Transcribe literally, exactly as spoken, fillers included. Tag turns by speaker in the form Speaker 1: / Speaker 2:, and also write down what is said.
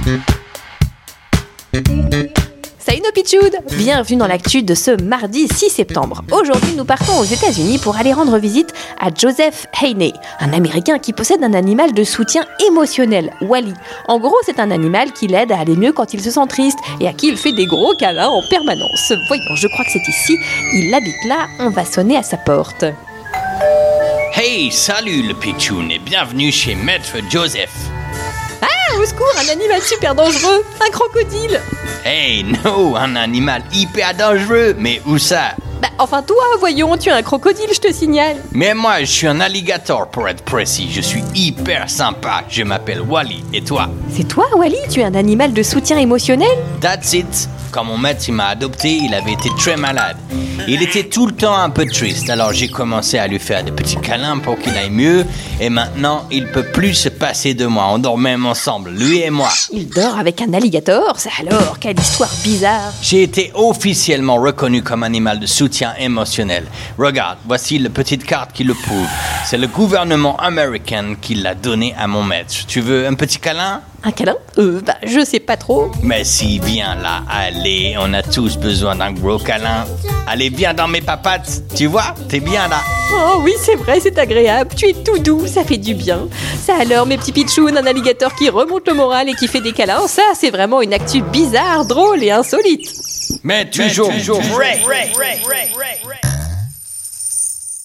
Speaker 1: Salut nos pitchouds! Bienvenue dans l'actu de ce mardi six septembre. Aujourd'hui, nous partons aux États-Unis pour aller rendre visite à Joseph Haney, un Américain qui possède un animal de soutien émotionnel, Wally. En gros, c'est un animal qui l'aide à aller mieux quand il se sent triste et à qui il fait des gros câlins en permanence. Voyons, je crois que c'est ici. Il habite là, on va sonner à sa porte.
Speaker 2: Hey, salut le pitchoun et bienvenue chez Maître Joseph.
Speaker 1: Ah, au secours, un animal super dangereux, un crocodile!
Speaker 2: Hey, no, un animal hyper dangereux, mais où ça?
Speaker 1: Bah, enfin toi, voyons, tu es un crocodile, je te signale.
Speaker 2: Mais moi, je suis un alligator pour être précis, je suis hyper sympa, je m'appelle Wally, et toi?
Speaker 1: C'est toi, Wally? Tu es un animal de soutien émotionnel?
Speaker 2: That's it. Quand mon maître il m'a adopté, il avait été très malade. Il était tout le temps un peu triste, alors j'ai commencé à lui faire des petits câlins pour qu'il aille mieux, et maintenant, il peut plus se passer de moi, on dort même ensemble, lui et moi.
Speaker 1: Il dort avec un alligator, ça alors, quelle histoire bizarre.
Speaker 2: J'ai été officiellement reconnu comme animal de soutien émotionnel. Regarde, voici la petite carte qui le prouve. C'est le gouvernement américain qui l'a donné à mon maître. Tu veux un petit câlin?
Speaker 1: Un câlin? Euh, bah, je sais pas trop.
Speaker 2: Mais si, viens là, allez, on a tous besoin d'un gros câlin. Allez, viens dans mes papates, tu vois, t'es bien là.
Speaker 1: Oh oui, c'est vrai, c'est agréable, tu es tout doux, ça fait du bien. Ça alors, mes petits pitchouns, un alligator qui remonte le moral et qui fait des câlins, ça c'est vraiment une actu bizarre, drôle et insolite.
Speaker 2: Mais toujours, Mais toujours vrai. vrai, vrai, vrai, vrai, vrai.